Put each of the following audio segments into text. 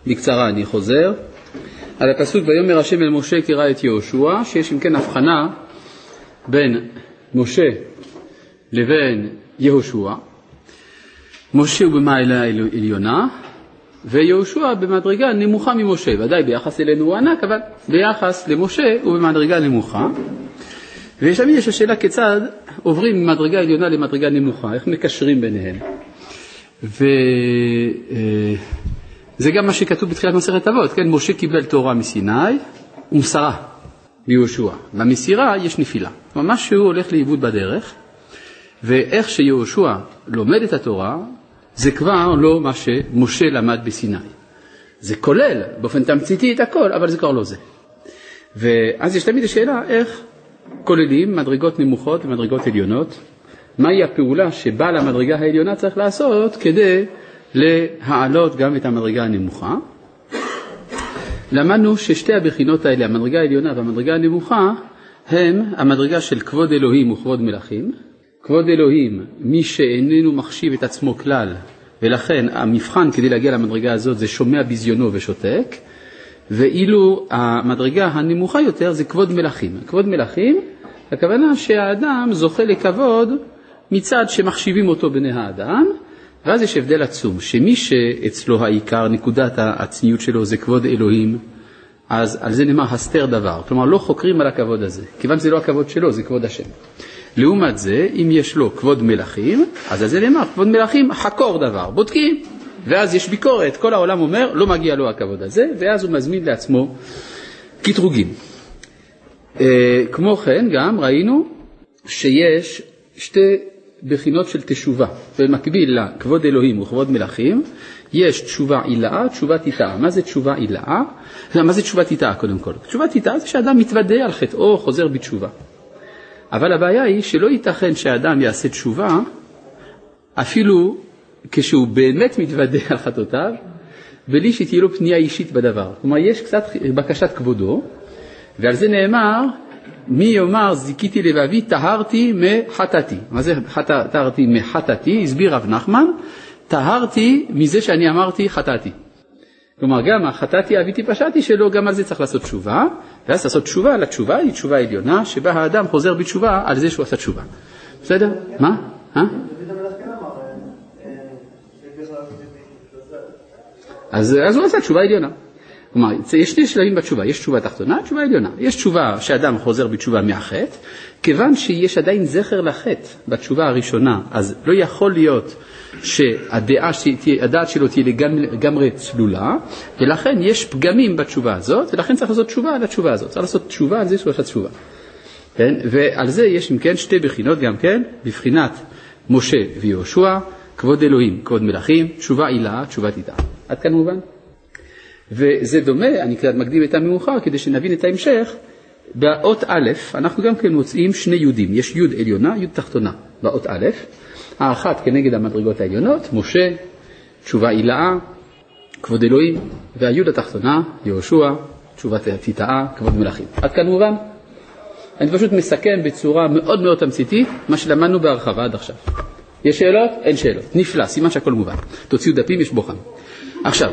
בקצרה אני חוזר. על הפסוק ויאמר השם אל משה קרא את יהושע, שיש אם כן הבחנה בין משה לבין יהושע. משה הוא במעלה עליונה, ויהושע במדרגה נמוכה ממשה, ודאי ביחס אלינו הוא ענק, אבל ביחס למשה הוא במדרגה נמוכה. ויש השאלה כיצד עוברים ממדרגה עליונה למדרגה נמוכה, איך מקשרים ביניהם. וזה גם מה שכתוב בתחילת מסכת אבות, כן? משה קיבל תורה מסיני ומסרה ביהושע. במסירה יש נפילה, ממש שהוא הולך לאיבוד בדרך, ואיך שיהושע לומד את התורה, זה כבר לא מה שמשה למד בסיני. זה כולל באופן תמציתי את הכל, אבל זה כבר לא זה. ואז יש תמיד השאלה איך כוללים מדרגות נמוכות ומדרגות עליונות, מהי הפעולה שבעל המדרגה העליונה צריך לעשות כדי להעלות גם את המדרגה הנמוכה. למדנו ששתי הבחינות האלה, המדרגה העליונה והמדרגה הנמוכה, הם המדרגה של כבוד אלוהים וכבוד מלכים. כבוד אלוהים, מי שאיננו מחשיב את עצמו כלל, ולכן המבחן כדי להגיע למדרגה הזאת זה שומע בזיונו ושותק, ואילו המדרגה הנמוכה יותר זה כבוד מלכים. כבוד מלכים, הכוונה שהאדם זוכה לכבוד מצד שמחשיבים אותו בני האדם, ואז יש הבדל עצום, שמי שאצלו העיקר, נקודת הצניות שלו זה כבוד אלוהים, אז על זה נאמר הסתר דבר, כלומר לא חוקרים על הכבוד הזה, כיוון שזה לא הכבוד שלו, זה כבוד השם. לעומת זה, אם יש לו כבוד מלכים, אז על זה נאמר, כבוד מלכים חקור דבר, בודקים, ואז יש ביקורת, כל העולם אומר, לא מגיע לו הכבוד הזה, ואז הוא מזמין לעצמו קטרוגים. כמו כן, גם ראינו שיש שתי בחינות של תשובה, במקביל לכבוד אלוהים וכבוד מלכים, יש תשובה עילאה, תשובה תיטאה. מה זה תשובה עילאה? מה זה תשובה תיטאה קודם כל? תשובה תיטאה זה שאדם מתוודה על חטאו, חוזר בתשובה. אבל הבעיה היא שלא ייתכן שהאדם יעשה תשובה, אפילו כשהוא באמת מתוודה על חטאותיו, בלי שתהיה לו פנייה אישית בדבר. כלומר, יש קצת בקשת כבודו, ועל זה נאמר, מי יאמר זיקיתי לבבי, טהרתי מחטאתי. מה זה טהרתי מחטאתי? הסביר רב נחמן, טהרתי מזה שאני אמרתי חטאתי. כלומר, גם החטאתי אביתי פשעתי שלו, גם על זה צריך לעשות תשובה, ואז לעשות תשובה, לתשובה היא תשובה עליונה, שבה האדם חוזר בתשובה על זה שהוא עשה תשובה. בסדר? מה? אז הוא עשה תשובה עליונה. כלומר, יש שני שלבים בתשובה, יש תשובה תחתונה, תשובה עליונה. יש תשובה שאדם חוזר בתשובה מהחטא, כיוון שיש עדיין זכר לחטא בתשובה הראשונה, אז לא יכול להיות שהדעת שלו תהיה לגמרי צלולה, ולכן יש פגמים בתשובה הזאת, ולכן צריך לעשות תשובה על התשובה הזאת. צריך לעשות תשובה על זה שהוא עשה תשובה. כן? ועל זה יש אם כן שתי בחינות גם כן, בבחינת משה ויהושע, כבוד אלוהים, כבוד מלכים, תשובה עילאה, תשובה תיטאה. עד כאן מובן? וזה דומה, אני קצת מקדים את המאוחר כדי שנבין את ההמשך, באות א' אנחנו גם כן מוצאים שני יודים, יש יוד עליונה, יוד תחתונה, באות א', האחת כנגד המדרגות העליונות, משה, תשובה עילאה, כבוד אלוהים, והיוד התחתונה, יהושע, תשובה תיטאה, כבוד מלכים. עד כאן מובן? אני פשוט מסכם בצורה מאוד מאוד תמציתית, מה שלמדנו בהרחבה עד עכשיו. יש שאלות? אין שאלות. נפלא, סימן שהכל מובן. תוציאו דפים, יש בוחן. עכשיו,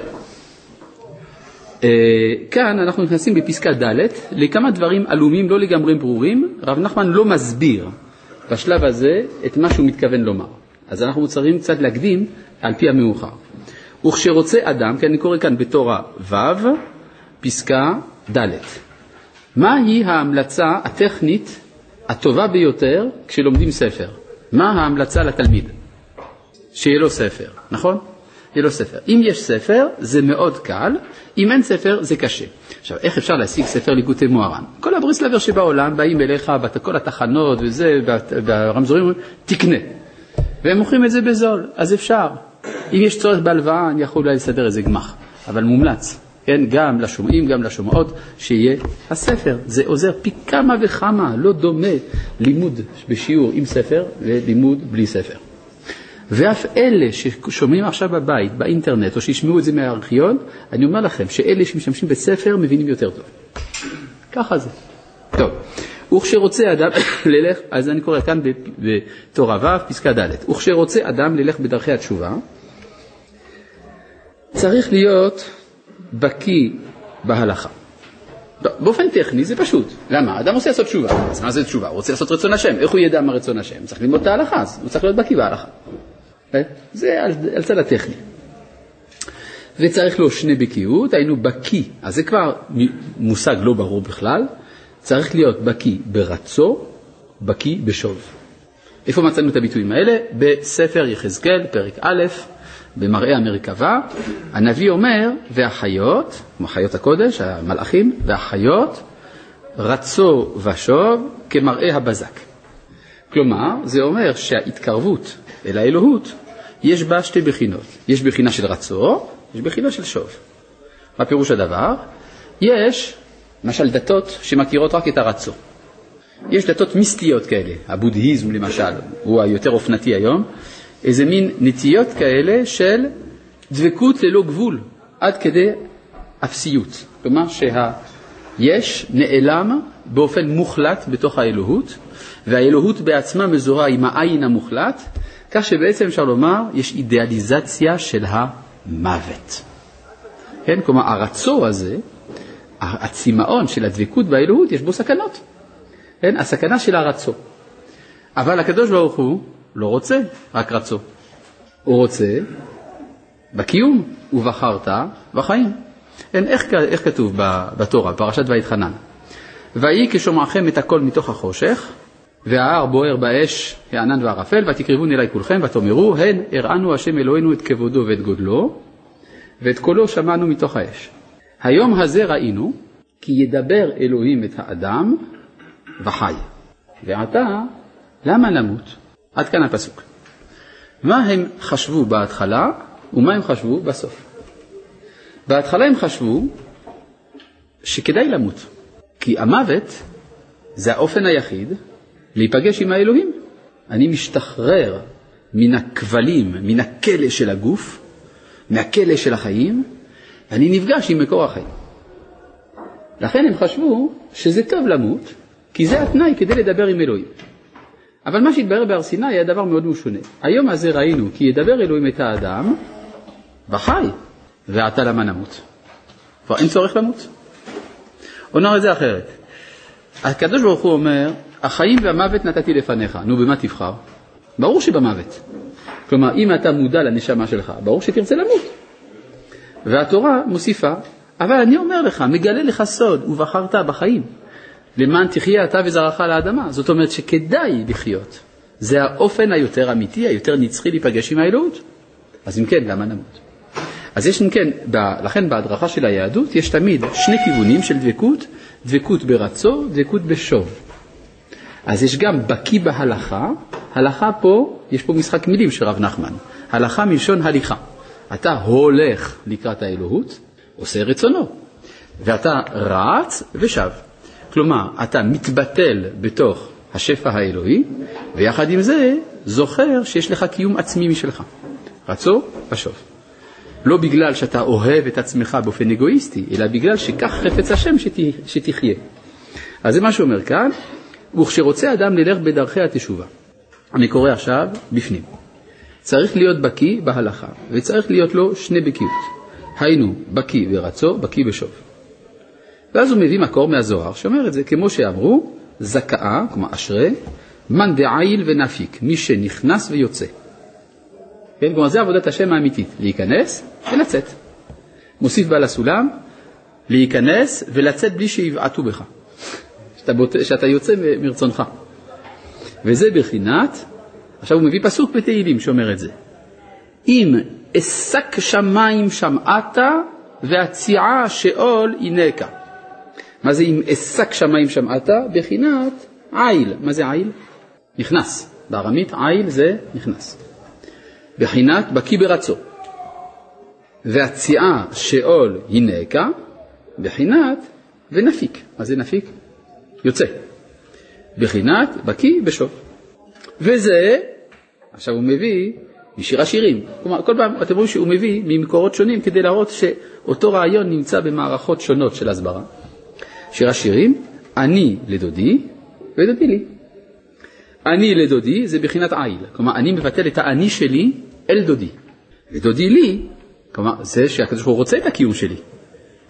כאן אנחנו נכנסים בפסקה ד' לכמה דברים עלומים לא לגמרי ברורים. רב נחמן לא מסביר בשלב הזה את מה שהוא מתכוון לומר. אז אנחנו צריכים קצת להקדים על פי המאוחר. וכשרוצה אדם, כי אני קורא כאן בתורה ו' פסקה ד', מהי ההמלצה הטכנית הטובה ביותר כשלומדים ספר? מה ההמלצה לתלמיד? שיהיה לו ספר, נכון? יהיה לו ספר. אם יש ספר, זה מאוד קל, אם אין ספר, זה קשה. עכשיו, איך אפשר להשיג ספר ליקוטי מוהר"ן? כל הברסלבר שבעולם באים אליך, כל התחנות וזה, ברמזורים, תקנה. והם מוכרים את זה בזול, אז אפשר. אם יש צורך בהלוואה, אני יכול אולי לסדר איזה גמח, אבל מומלץ. כן, גם לשומעים, גם לשומעות, שיהיה הספר. זה עוזר פי כמה וכמה, לא דומה לימוד בשיעור עם ספר ולימוד בלי ספר. ואף אלה ששומעים עכשיו בבית, באינטרנט, או שישמעו את זה מהארכיון, אני אומר לכם שאלה שמשתמשים בספר מבינים יותר טוב. ככה זה. טוב, וכשרוצה אדם ללך, אז אני קורא כאן בתורה ו' פסקה ד', וכשרוצה אדם ללך בדרכי התשובה, צריך להיות בקי בהלכה. באופן טכני זה פשוט. למה? אדם רוצה לעשות תשובה. אז מה זה תשובה? הוא רוצה לעשות רצון השם. איך הוא ידע מה רצון השם? צריך ללמוד את ההלכה, אז הוא צריך להיות בקי בהלכה. זה על צד הטכני. וצריך לו שני בקיאות, היינו בקי. אז זה כבר מושג לא ברור בכלל. צריך להיות בקי ברצו, בקי בשוב. איפה מצאנו את הביטויים האלה? בספר יחזקאל, פרק א', במראה המרכבה, הנביא אומר, והחיות, כמו חיות הקודש, המלאכים, והחיות, רצו ושוב כמראה הבזק. כלומר, זה אומר שההתקרבות אל האלוהות, יש בה שתי בחינות. יש בחינה של רצו, יש בחינה של שוב. מה פירוש הדבר? יש, למשל, דתות שמכירות רק את הרצו. יש דתות מיסטיות כאלה, הבודהיזם למשל, הוא היותר אופנתי היום, איזה מין נטיות כאלה של דבקות ללא גבול, עד כדי אפסיות. כלומר שיש נעלם באופן מוחלט בתוך האלוהות, והאלוהות בעצמה מזורה עם העין המוחלט, כך שבעצם אפשר לומר, יש אידיאליזציה של המוות. כן? כלומר, הרצו הזה, הצמאון של הדבקות באלוהות, יש בו סכנות. כן? הסכנה של הרצו. אבל הקדוש ברוך הוא לא רוצה, רק רצו. הוא רוצה בקיום, ובחרת בחיים. כן? איך כתוב בתורה, פרשת ויתחנן? ויהי כשומעכם את הכל מתוך החושך, וההר בוער באש, הענן והערפל, ותקרבון אליי כולכם, ותאמרו, הן הראנו השם אלוהינו את כבודו ואת גודלו, ואת קולו שמענו מתוך האש. היום הזה ראינו, כי ידבר אלוהים את האדם, וחי. ועתה, למה למות? עד כאן הפסוק. מה הם חשבו בהתחלה, ומה הם חשבו בסוף? בהתחלה הם חשבו שכדאי למות, כי המוות זה האופן היחיד להיפגש עם האלוהים. אני משתחרר מן הכבלים, מן הכלא של הגוף, מהכלא של החיים, ואני נפגש עם מקור החיים. לכן הם חשבו שזה טוב למות, כי זה התנאי כדי לדבר עם אלוהים. אבל מה שהתברר בהר סיני היה דבר מאוד משונה. היום הזה ראינו כי ידבר אלוהים את האדם, וחי, ועתה למה נמות. כבר אין צורך למות. או נראה את זה אחרת. הקדוש ברוך הוא אומר, החיים והמוות נתתי לפניך. נו, במה תבחר? ברור שבמוות. כלומר, אם אתה מודע לנשמה שלך, ברור שתרצה למות. והתורה מוסיפה, אבל אני אומר לך, מגלה לך סוד, ובחרת בחיים. למען תחיה אתה וזרעך לאדמה. זאת אומרת שכדאי לחיות. זה האופן היותר אמיתי, היותר נצחי להיפגש עם האלוהות. אז אם כן, למה נמות? אז יש, אם כן, לכן בהדרכה של היהדות יש תמיד שני כיוונים של דבקות, דבקות ברצו, דבקות בשוב. אז יש גם בקי בהלכה, הלכה פה, יש פה משחק מילים של רב נחמן. הלכה מלשון הליכה. אתה הולך לקראת האלוהות, עושה רצונו. ואתה רץ ושב. כלומר, אתה מתבטל בתוך השפע האלוהי, ויחד עם זה זוכר שיש לך קיום עצמי משלך. רצו ושוב. לא בגלל שאתה אוהב את עצמך באופן אגואיסטי, אלא בגלל שכך חפץ השם שתחיה. אז זה מה שאומר כאן, וכשרוצה אדם ללך בדרכי התשובה. אני קורא עכשיו בפנים. צריך להיות בקי בהלכה, וצריך להיות לו שני בקיאות. היינו בקי ברצו, בקי בשוב. ואז הוא מביא מקור מהזוהר שאומר את זה, כמו שאמרו, זכאה, כמו אשרי, מן דעיל ונפיק, מי שנכנס ויוצא. כן, כלומר, זה עבודת השם האמיתית, להיכנס ולצאת. מוסיף בעל הסולם, להיכנס ולצאת בלי שיבעטו בך. שאתה יוצא מרצונך. וזה בחינת, עכשיו הוא מביא פסוק בתהילים שאומר את זה. אם אסק שמיים שמעת והציעה שאול הינקה. מה זה אם אסק שמיים שמעת? בחינת עיל. מה זה עיל? נכנס. בארמית עיל זה נכנס. בחינת בקי ברצו. והציעה שאול הינקה. בחינת ונפיק. מה זה נפיק? יוצא. בחינת בקי בשוב. וזה, עכשיו הוא מביא משיר השירים. כלומר, כל פעם אתם רואים שהוא מביא ממקורות שונים כדי להראות שאותו רעיון נמצא במערכות שונות של הסברה. שיר השירים, אני לדודי ודודי לי. אני לדודי זה בחינת עיל. כלומר, אני מבטל את האני שלי אל דודי. ודודי לי, כלומר, זה שהקדוש ברוך הוא רוצה את הקיום שלי.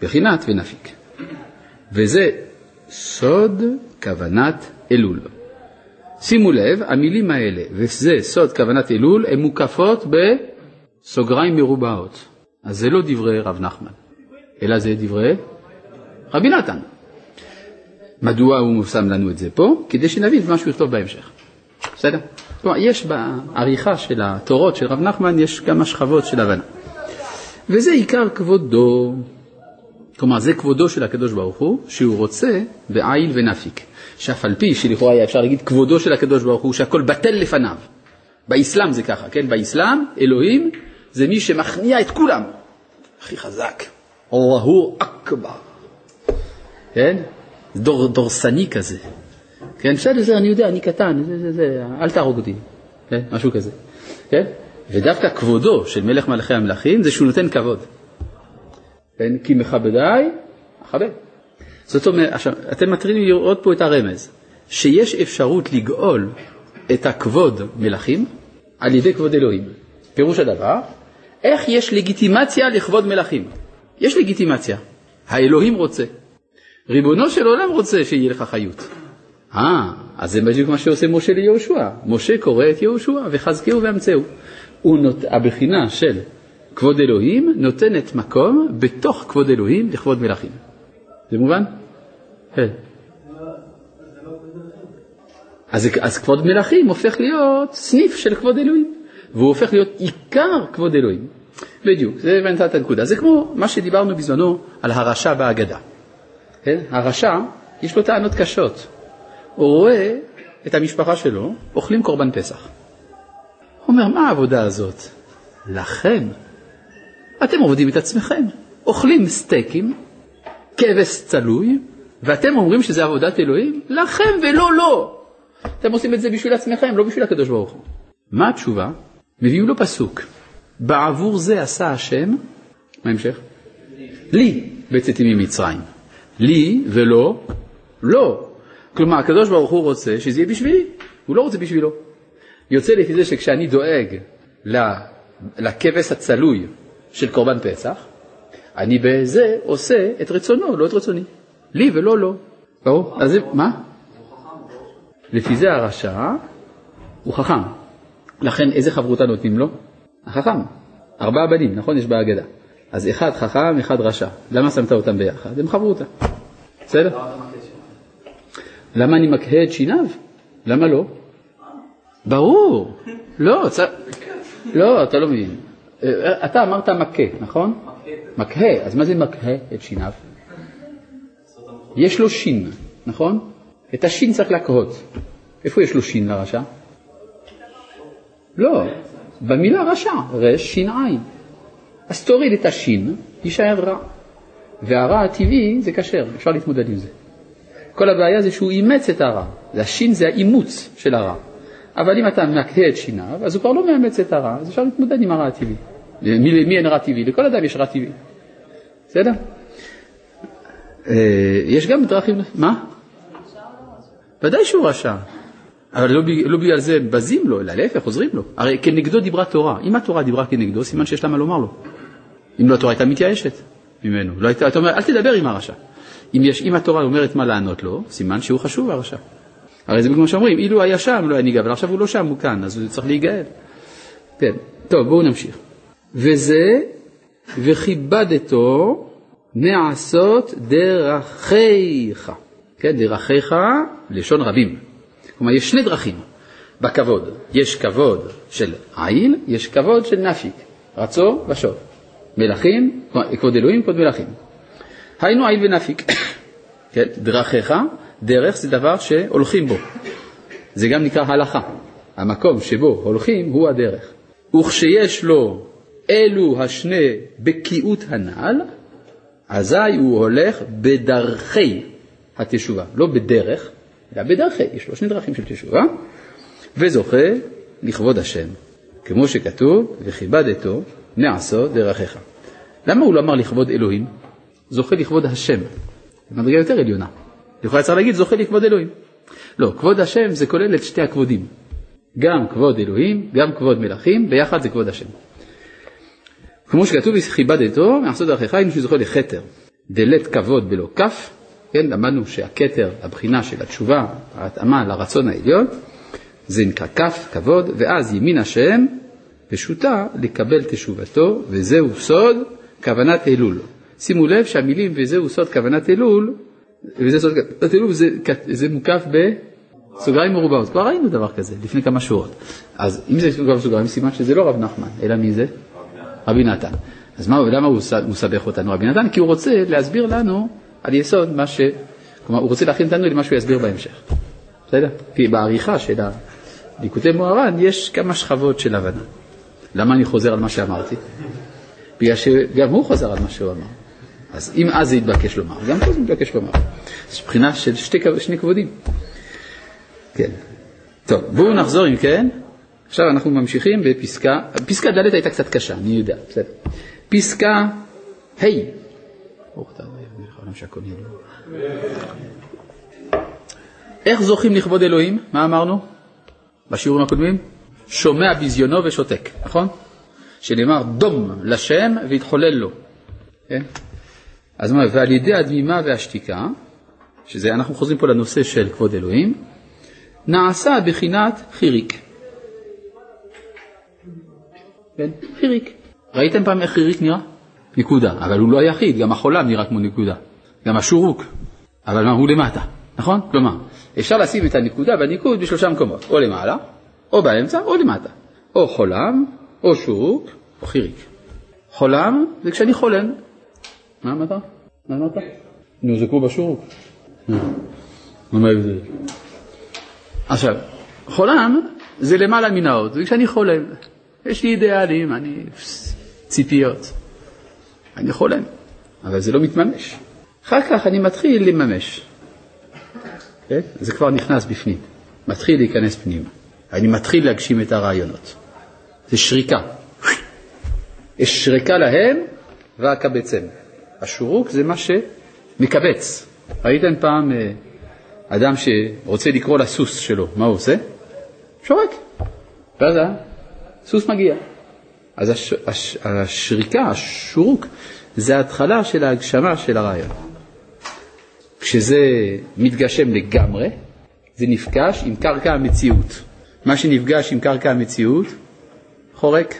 בחינת ונפיק. וזה סוד כוונת אלול. שימו לב, המילים האלה, וזה סוד כוונת אלול, הן מוקפות בסוגריים מרובעות. אז זה לא דברי רב נחמן, אלא זה דברי רבי נתן. מדוע הוא שם לנו את זה פה? כדי שנבין מה שהוא יכתוב בהמשך. בסדר? כלומר, יש בעריכה של התורות של רב נחמן, יש כמה שכבות של הבנה. וזה עיקר כבודו. כלומר, זה כבודו של הקדוש ברוך הוא, שהוא רוצה בעיל ונפיק. שאף על פי שלכאורה היה אפשר להגיד כבודו של הקדוש ברוך הוא, שהכל בטל לפניו. באסלאם זה ככה, כן? באסלאם, אלוהים זה מי שמכניע את כולם. הכי חזק. אללהו אכבר. כן? דורסני כזה. כן? בסדר, אני יודע, אני קטן, אל תהרוג אותי. כן? משהו כזה. כן? ודווקא כבודו של מלך מלכי המלכים זה שהוא נותן כבוד. כן? כי מכבדיי, מכבד. זאת אומרת, עכשיו, אתם מתחילים לראות פה את הרמז, שיש אפשרות לגאול את הכבוד מלכים על ידי כבוד אלוהים. פירוש הדבר, איך יש לגיטימציה לכבוד מלכים? יש לגיטימציה. האלוהים רוצה. ריבונו של עולם רוצה שיהיה לך חיות. אז זה בדיוק מה שעושה משה ליהושע. משה קורא את יהושע וחזקהו ואמצהו. הבחינה של כבוד אלוהים נותנת מקום בתוך כבוד אלוהים לכבוד מלכים. זה מובן? כן. אז כבוד מלכים הופך להיות סניף של כבוד אלוהים. והוא הופך להיות עיקר כבוד אלוהים. בדיוק, זה הבנת את הנקודה. זה כמו מה שדיברנו בזמנו על הרשע בהגדה. כן? הרשע, יש לו טענות קשות. הוא רואה את המשפחה שלו, אוכלים קורבן פסח. הוא אומר, מה העבודה הזאת? לכם. אתם עובדים את עצמכם. אוכלים סטייקים, כבש צלוי, ואתם אומרים שזה עבודת אלוהים? לכם ולא לא. אתם עושים את זה בשביל עצמכם, לא בשביל הקדוש ברוך הוא. מה התשובה? מביאים לו פסוק. בעבור זה עשה השם, מה המשך? לי בצאתי ממצרים. לי ולא, לא. כלומר, הקדוש ברוך הוא רוצה שזה יהיה בשבילי. הוא לא רוצה בשבילו. יוצא לפי זה שכשאני דואג לכבש הצלוי של קורבן פסח, אני בזה עושה את רצונו, לא את רצוני. לי ולא לא. ברור? אז מה? לפי זה הרשע הוא חכם. לכן איזה חברותה נותנים לו? החכם. 4 בנים, נכון? יש בהגדה. אז אחד חכם, אחד רשע. למה שמת אותם ביחד? הם חברותה. בסדר? למה אני מקהה את שיניו? למה לא? ברור. לא, לא, אתה לא מבין. אתה אמרת מקה, נכון? מקהה. אז מה זה מקהה את שיניו? יש לו שין, נכון? את השין צריך לקהות. איפה יש לו שין לרשע? לא, במילה רשע, רש, שין עין. אז תוריד את השין, יישאר רע. והרע הטבעי זה כשר, אפשר להתמודד עם זה. כל הבעיה זה שהוא אימץ את הרע. השין זה האימוץ של הרע. אבל אם אתה מקהה את שיניו, אז הוא כבר לא מאמץ את הרע, אז אפשר להתמודד עם הרע הטבעי. מי אין רע טבעי? לכל אדם יש רע טבעי. בסדר? יש גם דרכים... מה? ודאי שהוא רשע. אבל לא בגלל זה בזים לו, אלא להפך, עוזרים לו. הרי כנגדו דיברה תורה. אם התורה דיברה כנגדו, סימן שיש לה מה לומר לו. אם לא, התורה הייתה מתייאשת ממנו. לא הייתה, אתה אומר, אל תדבר עם הרשע. אם התורה אומרת מה לענות לו, סימן שהוא חשוב הרשע. הרי זה כמו שאומרים, אילו היה שם, לא היה ניגע, אבל עכשיו הוא לא שם, הוא כאן, אז הוא צריך להיגאל. כן, טוב, בואו נמשיך. וזה, וכיבדתו נעשות דרכיך. כן, דרכיך, לשון רבים. כלומר, יש 2 דרכים בכבוד. יש כבוד של עיל, יש כבוד של נפיק. רצו ושוב. מלכים, כבוד אלוהים, כבוד מלכים. היינו עיל ונפיק. כן, דרכיך, דרך זה דבר שהולכים בו. זה גם נקרא הלכה. המקום שבו הולכים הוא הדרך. וכשיש לו אלו השני בקיאות הנעל, אזי הוא הולך בדרכי התשובה. לא בדרך, אלא בדרכי. יש לו 2 דרכים של תשובה. וזוכה לכבוד השם. כמו שכתוב, וכיבדתו נעשות דרכיך. למה הוא לא אמר לכבוד אלוהים? זוכה לכבוד השם. זה מדרגה יותר עליונה. יכולה צריך להגיד, זוכה לכבוד אלוהים. לא, כבוד השם זה כולל את 2 הכבודים. גם כבוד אלוהים, גם כבוד מלכים, ביחד זה כבוד השם. כמו שכתוב, כיבדתו, נעשות דרכיך, היינו שזוכה לחתר. דלת כבוד בלא כף, כן, למדנו שהכתר, הבחינה של התשובה, ההתאמה לרצון העליון, זה נקרא כף, כבוד, ואז ימין השם פשוטה לקבל תשובתו, וזהו סוד כוונת אלול. שימו לב שהמילים וזהו סוד כוונת אלול, וזה סוד כוונת אלול, זה מוקף בסוגריים מרובעות. כבר ראינו דבר כזה לפני כמה שורות. אז אם זה מוקף בסוגריים, סימן שזה לא רב נחמן, אלא מי זה? רבי נתן. אז למה הוא מסבך אותנו רבי נתן? כי הוא רוצה להסביר לנו על יסוד מה כלומר, הוא רוצה להכין אותנו למה שהוא יסביר בהמשך. בסדר? כי בעריכה של ליקוטי מוהר"ן יש כמה שכבות של הבנה. למה אני חוזר על מה שאמרתי? בגלל שגם הוא חוזר על מה שהוא אמר. אז אם אז זה יתבקש לומר, גם פה זה יתבקש לומר. יש בחינה של שני כבודים. כן. טוב, בואו נחזור אם כן. עכשיו אנחנו ממשיכים פסקה ד' הייתה קצת קשה, אני יודע. בסדר. פסקה ה' איך זוכים לכבוד אלוהים? מה אמרנו? בשיעורים הקודמים? שומע בזיונו ושותק, נכון? שנאמר דום לשם והתחולל לו. כן? אז מה, ועל ידי הדמימה והשתיקה, שזה אנחנו חוזרים פה לנושא של כבוד אלוהים, נעשה בחינת חיריק. כן? חיריק. ראיתם פעם איך חיריק נראה? נקודה. אבל הוא לא היחיד, גם החולם נראה כמו נקודה. גם השורוק. אבל מה, הוא למטה. נכון? כלומר, אפשר לשים את הנקודה והניקוד בשלושה מקומות. או למעלה, או באמצע, או למטה. או חולם, או שורוק, או חיריק. חולם זה כשאני חולם. מה אמרת? מה אמרת? נו, זה כמו בשורוק. מה זה? עכשיו, חולם זה למעלה מן האות. זה כשאני חולם. יש לי אידיאלים, ציפיות. אני חולם, אבל זה לא מתממש. אחר כך אני מתחיל לממש. כן? זה כבר נכנס בפנים. מתחיל להיכנס פנימה. אני מתחיל להגשים את הרעיונות. זה שריקה. יש שריקה להם והקבצם. השורוק זה מה שמקבץ. ראיתם פעם אדם שרוצה לקרוא לסוס שלו, מה הוא עושה? שורק. ואז הסוס מגיע. אז השריקה, השורוק, זה ההתחלה של ההגשמה של הרעיון. כשזה מתגשם לגמרי, זה נפגש עם קרקע המציאות. מה שנפגש עם קרקע המציאות, חורק.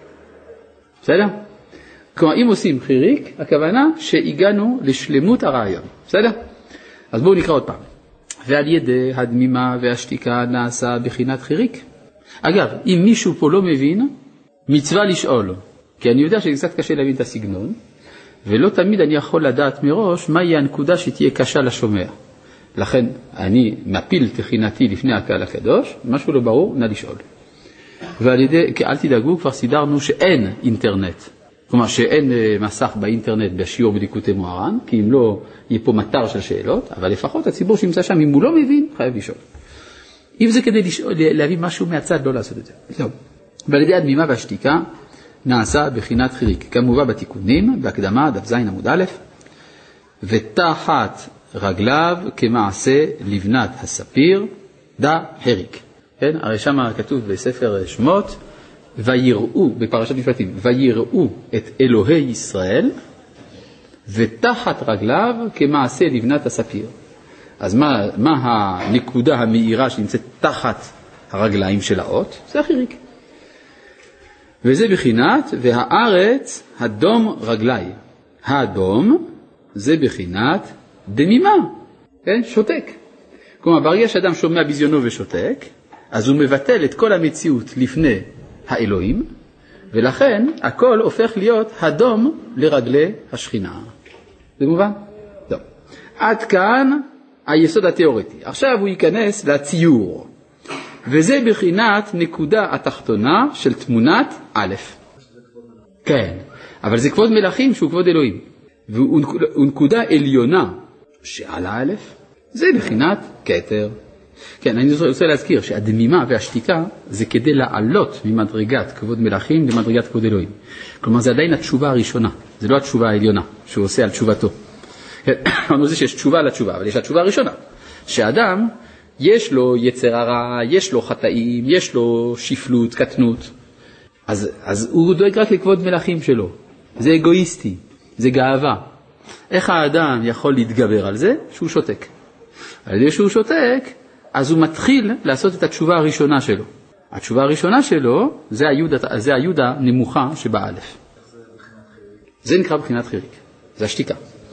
בסדר? כלומר, אם עושים חיריק, הכוונה שהגענו לשלמות הרעיון. בסדר? אז בואו נקרא עוד פעם. ועל ידי הדמימה והשתיקה נעשה בחינת חיריק. אגב, אם מישהו פה לא מבין, מצווה לשאול. כי אני יודע שקצת קשה להבין את הסגנון, ולא תמיד אני יכול לדעת מראש מהי הנקודה שתהיה קשה לשומע. לכן אני מפיל תחינתי לפני הקהל הקדוש, משהו לא ברור, נא לשאול. ועל ידי, אל תדאגו, כבר סידרנו שאין אינטרנט. כלומר שאין מסך באינטרנט בשיעור בליקוטי מוהר"ן, כי אם לא יהיה פה מטר של שאלות, אבל לפחות הציבור שנמצא שם, אם הוא לא מבין, חייב לשאול. אם זה כדי להביא משהו מהצד, לא לעשות את זה. טוב. ועל ידי הדמימה והשתיקה נעשה בחינת חיריק. כמובן בתיקונים, בהקדמה, דף ז' עמוד א', ותחת רגליו כמעשה לבנת הספיר, דה חיריק. כן? הרי שם כתוב בספר שמות, ויראו, בפרשת משפטים, ויראו את אלוהי ישראל, ותחת רגליו כמעשה לבנת הספיר. אז מה הנקודה המאירה שנמצאת תחת הרגליים של האות? זה החיריק. וזה בחינת, והארץ הדום רגלי. האדום זה בחינת דמימה, כן? שותק. כלומר, ברגע שאדם שומע בזיונו ושותק, אז הוא מבטל את כל המציאות לפני האלוהים, ולכן הכל הופך להיות הדום לרגלי השכינה. זה מובן? טוב. עד כאן היסוד התיאורטי. עכשיו הוא ייכנס לציור. וזה בחינת נקודה התחתונה של תמונת א'. כן, אבל זה כבוד מלאכים שהוא כבוד אלוהים. והוא נקודה עליונה שעל א', זה בחינת כתר. כן, אני רוצה להזכיר שהדמימה והשתיקה זה כדי לעלות ממדרגת כבוד מלאכים למדרגת כבוד אלוהים. כלומר, זה עדיין התשובה הראשונה, זה לא התשובה העליונה שהוא עושה על תשובתו. אמרנו זה שיש תשובה לתשובה, אבל יש התשובה הראשונה, שאדם יש לו יצר הרע, יש לו חטאים, יש לו שפלות, קטנות, אז הוא דואג רק לכבוד מלאכים שלו. זה אגואיסטי, זה גאווה. איך האדם יכול להתגבר על זה? שהוא שותק. על ידי שהוא שותק, אז הוא מתחיל לעשות את התשובה הראשונה שלו. התשובה הראשונה שלו, זה היוד הנמוכה שבאלף. זה נקרא בחינת חיריק. זה השתיקה.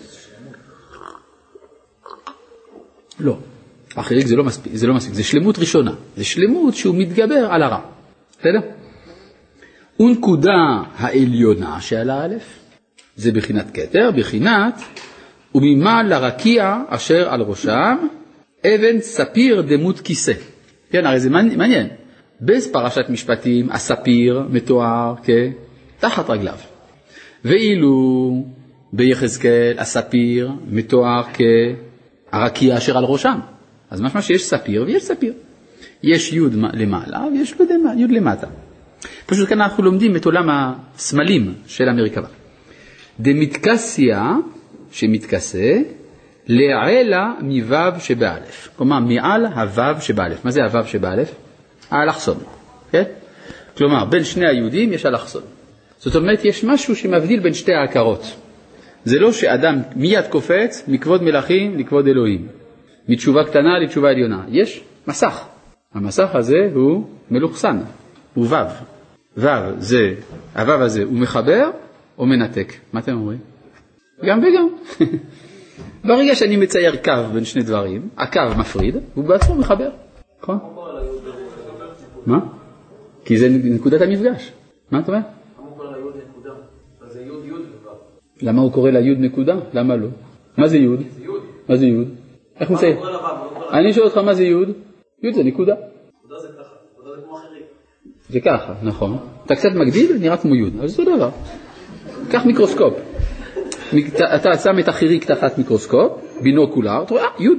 לא. החיריק זה לא מספיק, זה שלמות ראשונה. זה שלמות שהוא מתגבר על הרע. בסדר? ונקודה העליונה שעל האלף, זה בחינת כתר, בחינת וממעל לרקיע אשר על ראשם, אבן ספיר דמות כיסא. כן, הרי זה מעניין. בפרשת משפטים, הספיר מתואר כתחת רגליו. ואילו ביחזקאל, הספיר מתואר כהרקיע אשר על ראשם. אז משמע שיש ספיר ויש ספיר. יש יוד למעלה ויש יוד למטה. פשוט כאן אנחנו לומדים את עולם הסמלים של המרכבה. דמתכסיה, שמתכסה, לעלה מבב שבאלף. כלומר, מעל הוו שבאלף. מה זה הוו שבאלף? האלכסון. כן? כלומר, בין שני היהודים יש אלכסון. זאת אומרת, יש משהו שמבדיל בין שתי ההכרות. זה לא שאדם מיד קופץ מכבוד מלאכים לכבוד אלוהים. מתשובה קטנה לתשובה עליונה. יש מסך. המסך הזה הוא מלוכסן. הוא וו. וו זה, הוו הזה הוא מחבר או מנתק? מה אתם אומרים? גם וגם. ברגע שאני מצייר קו בין שני דברים, הקו מפריד, והוא בעצמו מחבר. נכון? מה? כי זה נקודת המפגש. מה אתה אומר? למה הוא קורא ליוד נקודה? אז זה יוד יוד ובא. למה הוא קורא ליוד נקודה? למה לא? מה זה יוד? זה יוד. מה זה יוד? איך הוא מצייר? אני שואל אותך מה זה יוד? יוד זה נקודה. נקודה זה ככה. נקודה זה כמו אחרים. זה ככה, נכון. אתה קצת מגדיל, נראה כמו יוד. אז זה דבר. קח מיקרוסקופ. אתה שם את החיריק תחת מיקרוסקופ, בינוקולר, אתה רואה, יוד.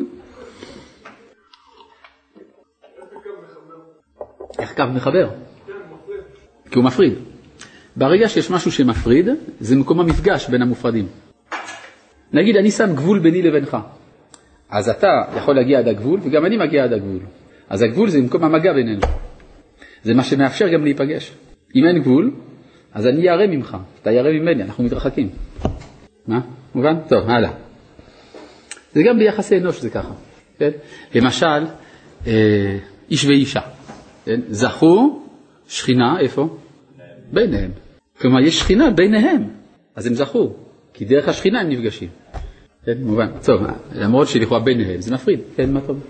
איך קו מחבר? כי הוא מפריד. ברגע שיש משהו שמפריד, זה מקום המפגש בין המופרדים. נגיד, אני שם גבול ביני לבינך. אז אתה יכול להגיע עד הגבול, וגם אני מגיע עד הגבול. אז הגבול זה מקום המגע בינינו. זה מה שמאפשר גם להיפגש. אם אין גבול, אז אני ירא ממך, אתה ירא ממני, אנחנו מתרחקים. מה? מובן? טוב, הלאה. זה גם ביחסי אנוש זה ככה. כן? למשל, איש ואישה. כן? זכו שכינה, איפה? ביניהם. כלומר, יש שכינה ביניהם, אז הם זכו, כי דרך השכינה הם נפגשים. כן? מובן. טוב, למרות שלכאורה ביניהם, זה מפריד. כן, מה טוב?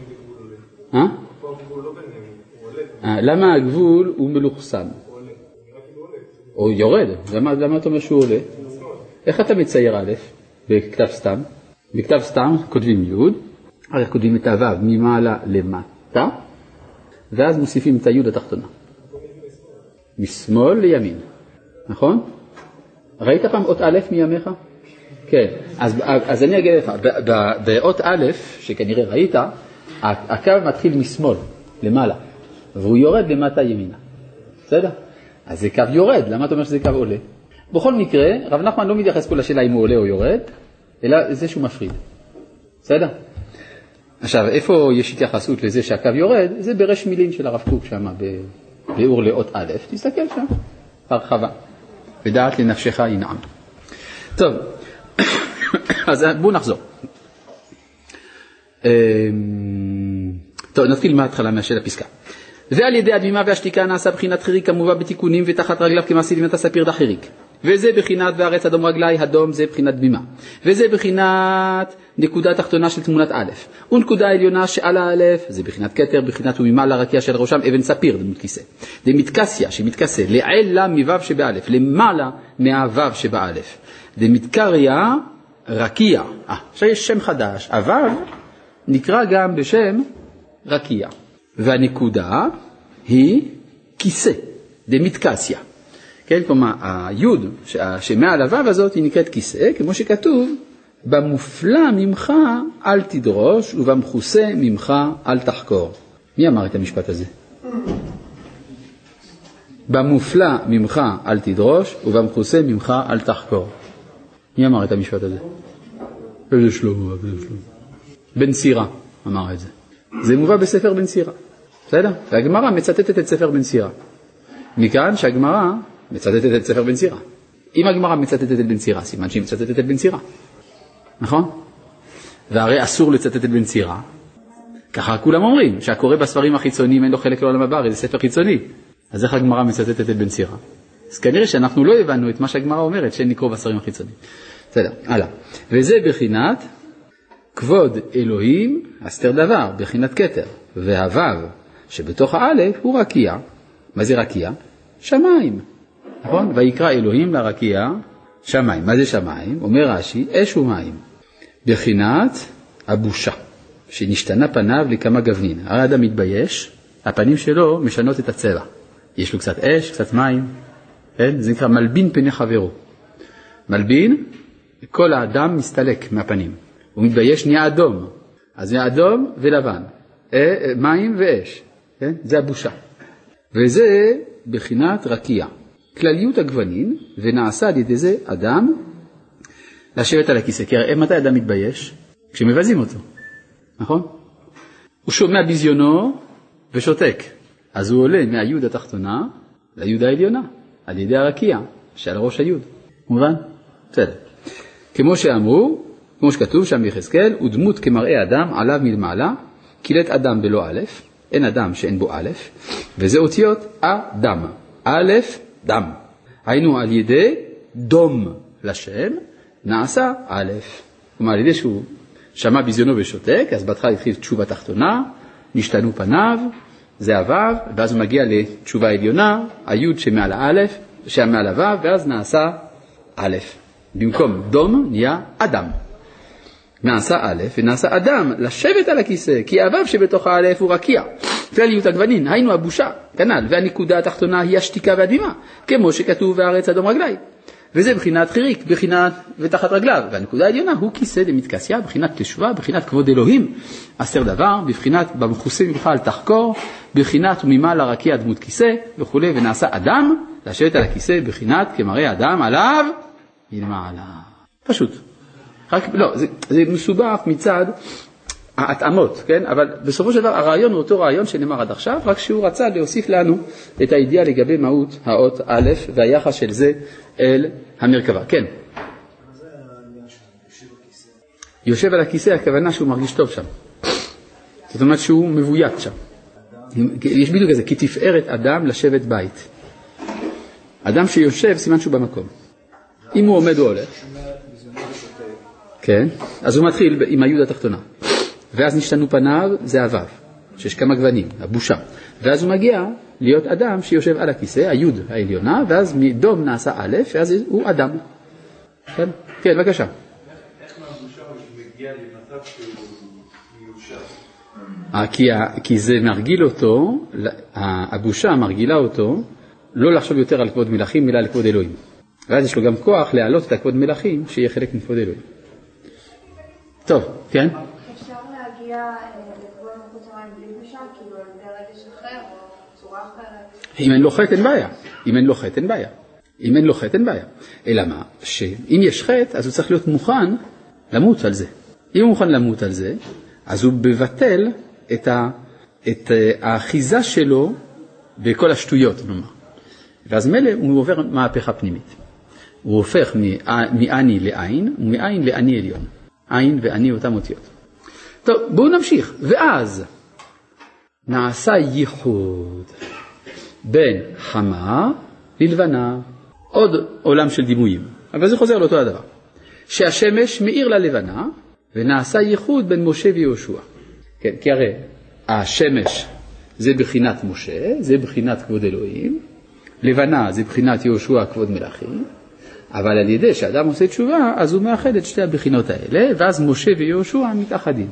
למה הגבול הוא מלוכסן? הוא יורד. למה אתה אומר שהוא עולה? איך אתה מצייר א' בכתב סתם? בכתב סתם כותבים יוד, אחר כך כותבים את הוו ממעלה למטה, ואז מוסיפים את היוד התחתונה. משמאל לימין. נכון? ראית פעם אות א' מימיך? כן. אז אני אגיד לך, באות א', שכנראה ראית, הקו מתחיל משמאל, למעלה, והוא יורד למטה ימינה. בסדר? אז זה קו יורד, למה אתה אומר שזה קו עולה? בכל מקרה, רב נחמן לא מתייחס פה לשאלה אם הוא עולה או יורד, אלא זה שהוא מפריד. בסדר? עכשיו, איפה יש התייחסות לזה שהקו יורד? זה ברש מילין של הרב קוק שם, באור לאות א', תסתכל שם, הרחבה. ודעת לנפשך ינעם. טוב, אז בואו נחזור. טוב, נתחיל מההתחלה מהשאלה הפסקה. ועל ידי הדמימה והשתיקה נעשה בחינת חיריק כמובא בתיקונים ותחת רגליו כמעשי דמימת הספיר דחיריק. וזה בחינת והארץ אדום רגלי, הדום זה בחינת דמימה. וזה בחינת נקודה תחתונה של תמונת א'. ונקודה עליונה שעל האלף, זה בחינת כתר, בחינת וממעל לרקיע של ראשם אבן ספיר דמות כיסא. דמתכסיה שמתכסה, לעלה מבב שבאלף, למעלה מהוו שבאלף. דמתקריה רקיע. עכשיו יש שם חדש, הוו נקרא גם בשם רקיע. והנקודה היא כיסא, דמתכסיה. כן, כלומר, היוד שמעל הוו הזאת היא נקראת כיסא, כמו שכתוב, במופלא ממך אל תדרוש ובמחוסה ממך אל תחקור. מי אמר את המשפט הזה? במופלא ממך אל תדרוש ובמחוסה ממך אל תחקור. מי אמר את המשפט הזה? איזה שלמה. בן סירה אמר את זה. זה מובא בספר בן סירה. בסדר? והגמרא מצטטת את ספר בן סירה. מכאן שהגמרא מצטטת את ספר בן סירה. אם הגמרא מצטטת את בן סירה, סימן שהיא מצטטת את בן סירה. נכון? והרי אסור לצטט את בן צירא. ככה כולם אומרים, שהקורא בספרים החיצוניים אין לו חלק לעולם הבא, הרי זה ספר חיצוני. אז איך הגמרא מצטטת את בן צירא? אז כנראה שאנחנו לא הבנו את מה שהגמרא אומרת, שאין לקרוא בספרים החיצוניים. בסדר, הלאה. וזה בחינת כבוד אלוהים, הסתר דבר, בחינת כתר. והוו שבתוך האלף הוא רקיע. מה זה רקיע? שמיים. נכון? ויקרא אלוהים לרקיע שמיים. מה זה שמיים? אומר רש"י, אש ומים. בחינת הבושה, שנשתנה פניו לכמה גוונין. הרי אדם מתבייש, הפנים שלו משנות את הצבע. יש לו קצת אש, קצת מים. כן? זה נקרא מלבין פני חברו. מלבין, כל האדם מסתלק מהפנים. הוא מתבייש, נהיה אדום. אז נהיה אדום ולבן. מים ואש. כן? זה הבושה. וזה בחינת רקיע. כלליות הגוונין, ונעשה על ידי זה אדם לשבת על הכיסא. כי הרי מתי אדם מתבייש? כשמבזים אותו. נכון? הוא שומע בזיונו ושותק. אז הוא עולה מהיוד התחתונה ליוד העליונה. על ידי הרקיע, שעל ראש היוד. מובן? בסדר. כמו שאמרו, כמו שכתוב שם ביחזקאל, ודמות כמראה אדם עליו מלמעלה, קילט אדם בלא א', אין אדם שאין בו א', וזה אותיות אדם. א', דם. היינו על ידי דום לשם, נעשה א'. כלומר, על ידי שהוא שמע בזיונו ושותק, אז בהתחלה התחיל תשובה תחתונה, נשתנו פניו, זה הוו, ואז הוא מגיע לתשובה עליונה, היוד שמעל האלף, שמעל הוו, ואז נעשה א'. במקום דום נהיה אדם. נעשה א' ונעשה אדם לשבת על הכיסא, כי הוו שבתוך האלף הוא רקיע. כלליות הגוונין, היינו הבושה, כנ"ל, והנקודה התחתונה היא השתיקה והדמימה, כמו שכתוב והארץ אדום רגלי. וזה בחינת חיריק, בחינת ותחת רגליו. והנקודה העליונה הוא כיסא דמתקסיה, בחינת תשובה, בחינת כבוד אלוהים, עשר דבר, בבחינת במכוסה ממך אל תחקור, בחינת ממעל הרקיע דמות כיסא וכו', ונעשה אדם לשבת על הכיסא, בחינת כמראה אדם עליו מלמעלה. פשוט. רק, לא, זה מסובך מצד ההתאמות, כן? אבל בסופו של דבר הרעיון הוא אותו רעיון שנאמר עד עכשיו, רק שהוא רצה להוסיף לנו את הידיעה לגבי מהות האות א' והיחס של זה אל המרכבה. כן. מה זה העניין שיושב בכיסא? יושב על הכיסא, הכוונה שהוא מרגיש טוב שם. זאת אומרת שהוא מבוית שם. יש בדיוק כזה, כי תפארת אדם לשבת בית. אדם שיושב, סימן שהוא במקום. אם הוא עומד הוא הולך. כן, אז הוא מתחיל עם היוד התחתונה. ואז נשתנו פניו, זה הוו, שיש כמה גוונים, הבושה. ואז הוא מגיע להיות אדם שיושב על הכיסא, היוד העליונה, ואז מדום נעשה א', ואז הוא אדם. כן, כן, בבקשה. איך מהבושה הוא מגיע למצב שהוא מיושר? כי זה מרגיל אותו, הבושה מרגילה אותו, לא לחשוב יותר על כבוד מלכים, אלא על כבוד אלוהים. ואז יש לו גם כוח להעלות את הכבוד מלכים, שיהיה חלק מכבוד אלוהים. טוב, כן? אפשר להגיע לכבוד מלכות שמיים בלי בושה, כאילו על ידי רגש אחר או צורה אחרת? אם אין לו חטא אין בעיה. אם אין לו חטא אין בעיה. אם אין לו חטא אין בעיה. אלא מה? שאם יש חטא, אז הוא צריך להיות מוכן למות על זה. אם הוא מוכן למות על זה, אז הוא מבטל את האחיזה שלו בכל השטויות, נאמר. ואז מלא הוא עובר מהפכה פנימית. הוא הופך מעני לעין, ומעין לעני עליון. עין ועני אותם אותיות. טוב, בואו נמשיך. ואז נעשה ייחוד בין חמה ללבנה. עוד עולם של דימויים. אבל זה חוזר לאותו הדבר. שהשמש מאיר ללבנה, ונעשה ייחוד בין משה ויהושע. כן, כי הרי השמש זה בחינת משה, זה בחינת כבוד אלוהים. לבנה זה בחינת יהושע כבוד מלכים. אבל על ידי שאדם עושה תשובה, אז הוא מאחד את שתי הבחינות האלה, ואז משה ויהושע מתאחדים.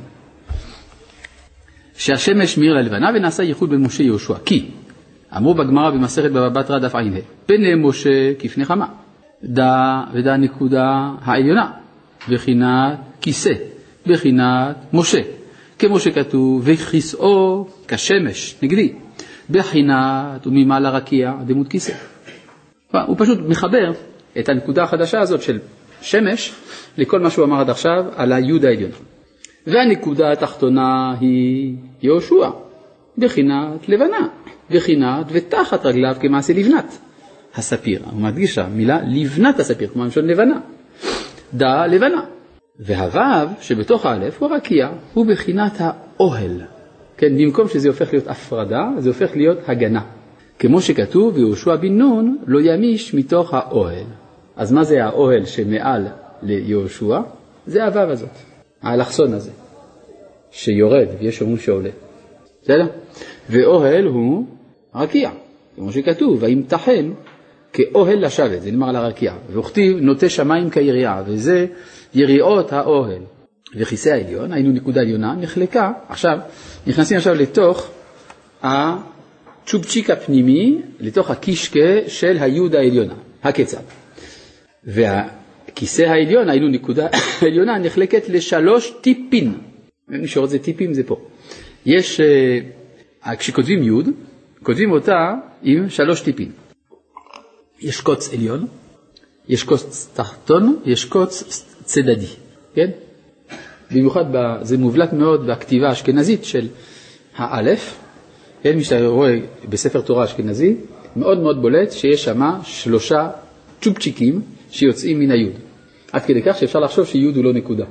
שהשמש מאיר ללבנה ונעשה ייחוד בין משה ויהושע. כי, אמרו בגמרא במסכת בבא בתרא דף ע"ה, פני משה כפני חמה, ודה נקודה העליונה, בחינת כיסא, בחינת משה. כמו שכתוב, וכיסאו כשמש, נגדי, בחינת וממעל הרקיע דמות כיסא. הוא פשוט מחבר את הנקודה החדשה הזאת של שמש לכל מה שהוא אמר עד עכשיו על היוד העליון. והנקודה התחתונה היא יהושע, בחינת לבנה, בחינת ותחת רגליו כמעשה לבנת הספיר. הוא מדגיש מילה לבנת הספיר, כמו למשל לבנה. דה לבנה. והוו שבתוך האלף הוא הרקיע, הוא בחינת האוהל. כן, במקום שזה הופך להיות הפרדה, זה הופך להיות הגנה. כמו שכתוב, ויהושע בן נון לא ימיש מתוך האוהל. אז מה זה האוהל שמעל ליהושע? זה הוו הזאת, האלכסון הזה, שיורד ויש אומרים שעולה. בסדר? ואוהל הוא רקיע, כמו שכתוב, וימתחם כאוהל לשבת, זה נאמר על הרקיע. וכתיב נוטה שמיים כיריעה, וזה יריעות האוהל. וכיסא העליון, היינו נקודה עליונה, נחלקה. עכשיו, נכנסים עכשיו לתוך הצ'ופצ'יק הפנימי, לתוך הקישקה של היוד העליונה, הקצב. והכיסא העליון, היינו נקודה עליונה, נחלקת לשלוש טיפין. מי שרואה זה טיפים, זה פה. יש, כשכותבים יוד, כותבים אותה עם שלוש טיפין. יש קוץ עליון, יש קוץ תחתון, יש קוץ צדדי, כן? במיוחד זה מובלט מאוד בכתיבה האשכנזית של האלף, כן? מי שאתה רואה בספר תורה אשכנזי, מאוד מאוד בולט שיש שם שלושה צ'ופצ'יקים שיוצאים מן היוד. עד כדי כך שאפשר לחשוב שיוד הוא לא נקודה.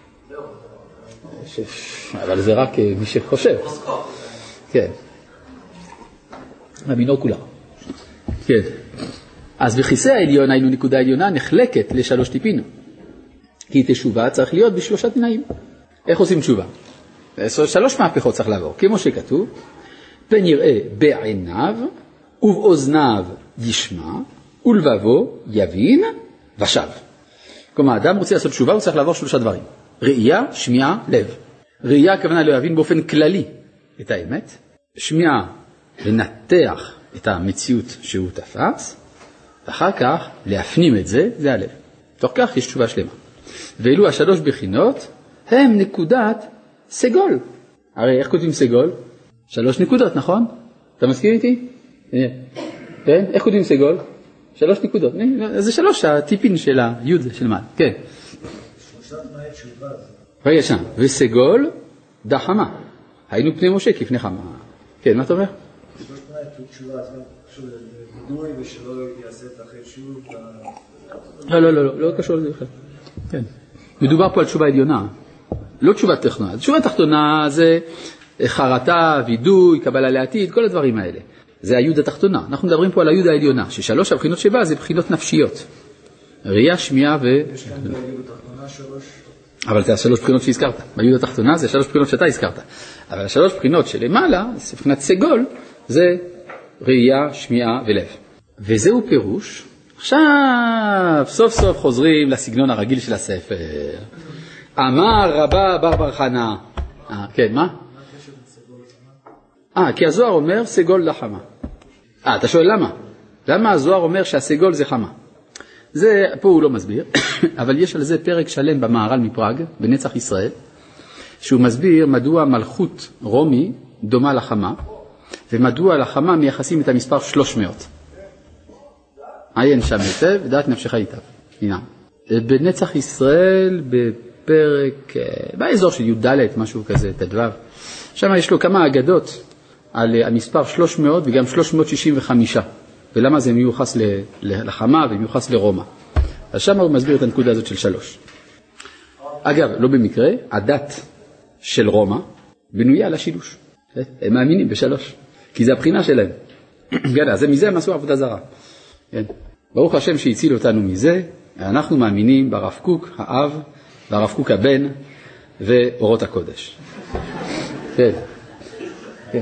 אבל זה רק מי שחושב. כן. רבינו כולה. כן. אז בכיסא העליון, היינו נקודה עליונה, נחלקת לשלוש טיפין. כי תשובה צריך להיות בשלושה תנאים. איך עושים תשובה? שלוש מהפכות צריך לעבור. כמו שכתוב, פן יראה בעיניו, ובאוזניו ישמע, ולבבו יבין ושב. כלומר, האדם רוצה לעשות תשובה, הוא צריך לעבור שלושה דברים. ראייה, שמיעה, לב. ראייה הכוונה להבין באופן כללי את האמת. שמיעה, לנתח את המציאות שהוא תפס. ואחר כך, להפנים את זה, זה הלב. תוך כך יש תשובה שלמה. ואלו השלוש בחינות, הם נקודת סגול. הרי איך כותבים סגול? שלוש נקודות, נכון? אתה מסכים איתי? כן? איך כותבים סגול? שלוש נקודות. זה שלוש הטיפין של היוד של מעל. כן. שלושה תנאי תשובה. רגע שם. וסגול דחמה. היינו פני משה כפני חמה. כן, מה אתה אומר? שלוש תנאי תשובה, זה קשור לבדוי ושלא יעשה את אחרי שוב. לא קשור לזה בכלל. כן. מדובר פה על תשובה עליונה. לא תשובה תחתונה. תשובה תחתונה זה חרטה, וידוי, קבלה לעתיד, כל הדברים האלה. זה היוד התחתונה. אנחנו מדברים פה על היוד העליונה, ששלוש הבחינות שבה זה בחינות נפשיות. ראייה, שמיעה יש כאן ביוד התחתונה שלוש. אבל זה השלוש בחינות שהזכרת. ביוד התחתונה זה שלוש בחינות שאתה הזכרת. אבל השלוש בחינות שלמעלה, בחינת סגול, זה ראייה, שמיעה ולב. וזהו פירוש. עכשיו, סוף סוף חוזרים לסגנון הרגיל של הספר. אמר רבה בר חנה. כן, מה? כי הזוהר אומר סגול לחמה. אתה שואל למה? למה הזוהר אומר שהסגול זה חמה? זה, פה הוא לא מסביר, אבל יש על זה פרק שלם במהר"ל מפראג, בנצח ישראל, שהוא מסביר מדוע מלכות רומי דומה לחמה, ומדוע לחמה מייחסים את המספר 300. עיין שם היטב, דעת נפשך היטב. הנה. בנצח ישראל, בפרק, באזור של י"ד, משהו כזה, תדו. שם יש לו כמה אגדות על המספר 300 וגם 365. ולמה זה מיוחס לחמה ומיוחס לרומא. אז שם הוא מסביר את הנקודה הזאת של 3. אגב, לא במקרה, הדת של רומא בנויה על השילוש. הם מאמינים ב3, כי זה הבחינה שלהם. כן, אז מזה הם עשו עבודה זרה. כן. ברוך השם שהציל אותנו מזה, אנחנו מאמינים ברב קוק האב, ברב קוק הבן ואורות הקודש. כן. כן.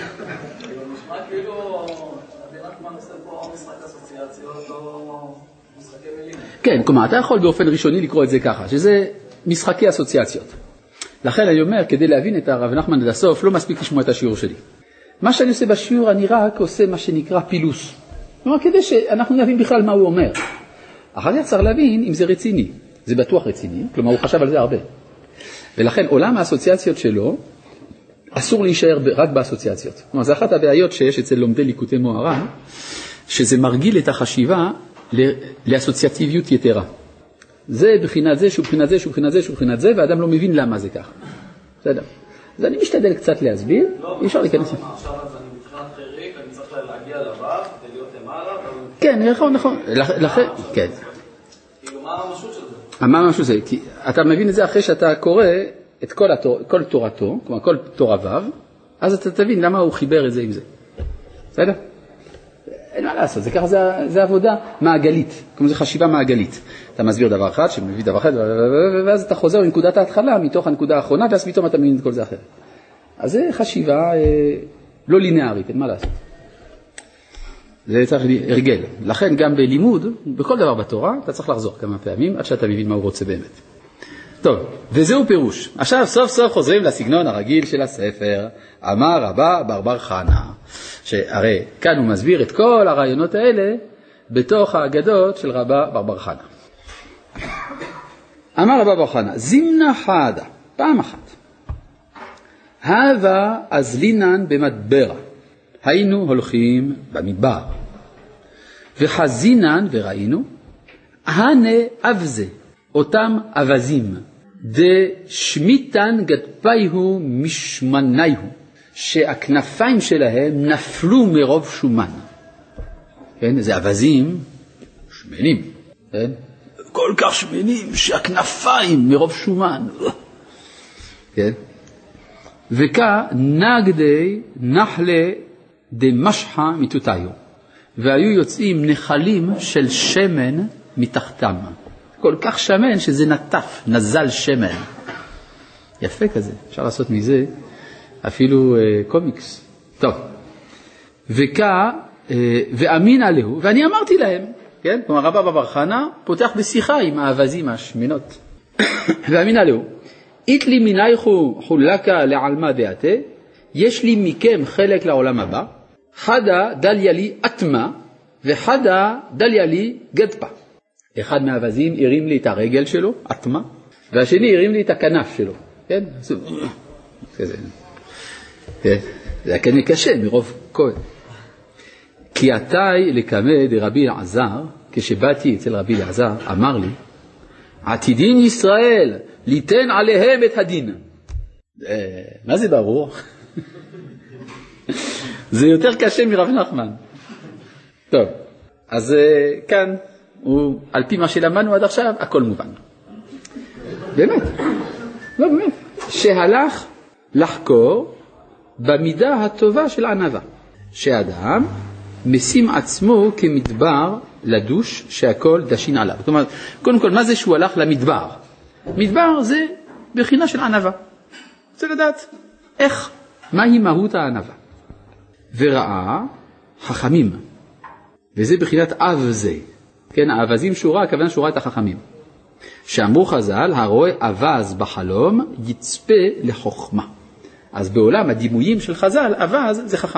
כן, כלומר, אתה יכול באופן ראשוני לקרוא את זה ככה, שזה משחקי אסוציאציות. לכן אני אומר, כדי להבין את הרב נחמן עד הסוף, לא מספיק לשמוע את השיעור שלי. מה שאני עושה בשיעור, אני רק עושה מה שנקרא פילוס. כלומר, כדי שאנחנו נבין בכלל מה הוא אומר. אחר כך צריך להבין אם זה רציני. זה בטוח רציני, כלומר, הוא חשב על זה הרבה. ולכן, עולם האסוציאציות שלו, אסור להישאר רק באסוציאציות. כלומר, זה אחת הבעיות שיש אצל לומדי ליקוטי מוהר"ן, שזה מרגיל את החשיבה לאסוציאטיביות יתרה. זה בחינת זה, שהוא בחינת זה, שהוא בחינת זה, שהוא בחינת זה, ואדם לא מבין למה זה כך. בסדר. אז אני משתדל קצת להסביר, אי אפשר להיכנס. עכשיו אני מבחינת חיריק, אני צריך להגיע לבב, כדי להיות למעלה. כן, נכון. לכן, כן. כאילו, מה המשמעות של זה? מה משהו זה? כי אתה מבין את זה אחרי שאתה קורא את כל תורתו, כלומר כל תורתיו, אז אתה תבין למה הוא חיבר את זה עם זה. בסדר? אין מה לעשות, זה ככה, זה עבודה מעגלית, כמו זה חשיבה מעגלית. אתה מסביר דבר אחד, שמביא דבר אחד, ואז אתה חוזר לנקודת ההתחלה, מתוך הנקודה האחרונה, ואז פתאום אתה מבין את כל זה אחרת. אז זה חשיבה לא לינארית, אין מה לעשות. זה צריך הרגל. לכן גם בלימוד, בכל דבר בתורה, אתה צריך לחזור כמה פעמים, עד שאתה מבין מה הוא רוצה באמת. טוב, וזהו פירוש. עכשיו סוף סוף חוזרים לסגנון הרגיל של הספר. אמר רבא בר חנה, שהרי כאן הוא מסביר את כל הרעיונות האלה בתוך האגדות של רבא בר חנה. אמר רבא בר חנה, זימנה חדה, פעם אחת, הווה אזלינן במדברה, היינו הולכים במדבר, וחזינן וראינו, הנה אבזה, אותם אבזים, דשמיתן גדפייהו משמנייהו, שהכנפיים שלהם נפלו מרוב שומן. כן, זה אבזים שמנים, כן? כל כך שמנים שהכנפיים מרוב שומן. כן? וכא נגדי נחלה דמשחה מתותיו, והיו יוצאים נחלים של שמן מתחתם. כל כך שמן שזה נטף, נזל שמן. יפה כזה, אפשר לעשות מזה אפילו קומיקס. טוב, ואמין עליהו, ואני אמרתי להם, כן? כלומר רבא בר חנה פותח בשיחה עם האבזים השמנות. ואמין עליהו, איתלי מינייכו חולקה לעלמה דעתה, יש לי מכם חלק לעולם הבא, חדה דליה לי אטמה, וחדה דליה לי גדפה. אחד מהאבזים הרים לי את הרגל שלו, אטמה, והשני הרים לי את הכנף שלו. כן? כזה. זה היה כנראה קשה מרוב כהן. כי עתי לקמא דרבי אלעזר, כשבאתי אצל רבי אלעזר, אמר לי, עתידין ישראל, ליתן עליהם את הדין. מה זה ברור? זה יותר קשה מרב נחמן. טוב, אז כאן, על פי מה שלמדנו עד עכשיו, הכל מובן. באמת, לא באמת. שהלך לחקור במידה הטובה של ענווה. שאדם משים עצמו כמדבר לדוש שהכל דשין עליו. זאת אומרת, קודם כל, מה זה שהוא הלך למדבר? מדבר זה בחינה של ענווה. רוצה לדעת איך, מהי מהות הענווה. וראה חכמים, וזה בחינת אב זה. כן, האבזים שורה, הכוונה שורה את החכמים. שאמרו חז"ל, הרואה אבז בחלום יצפה לחוכמה. אז בעולם הדימויים של חז"ל, אבז זה חכם.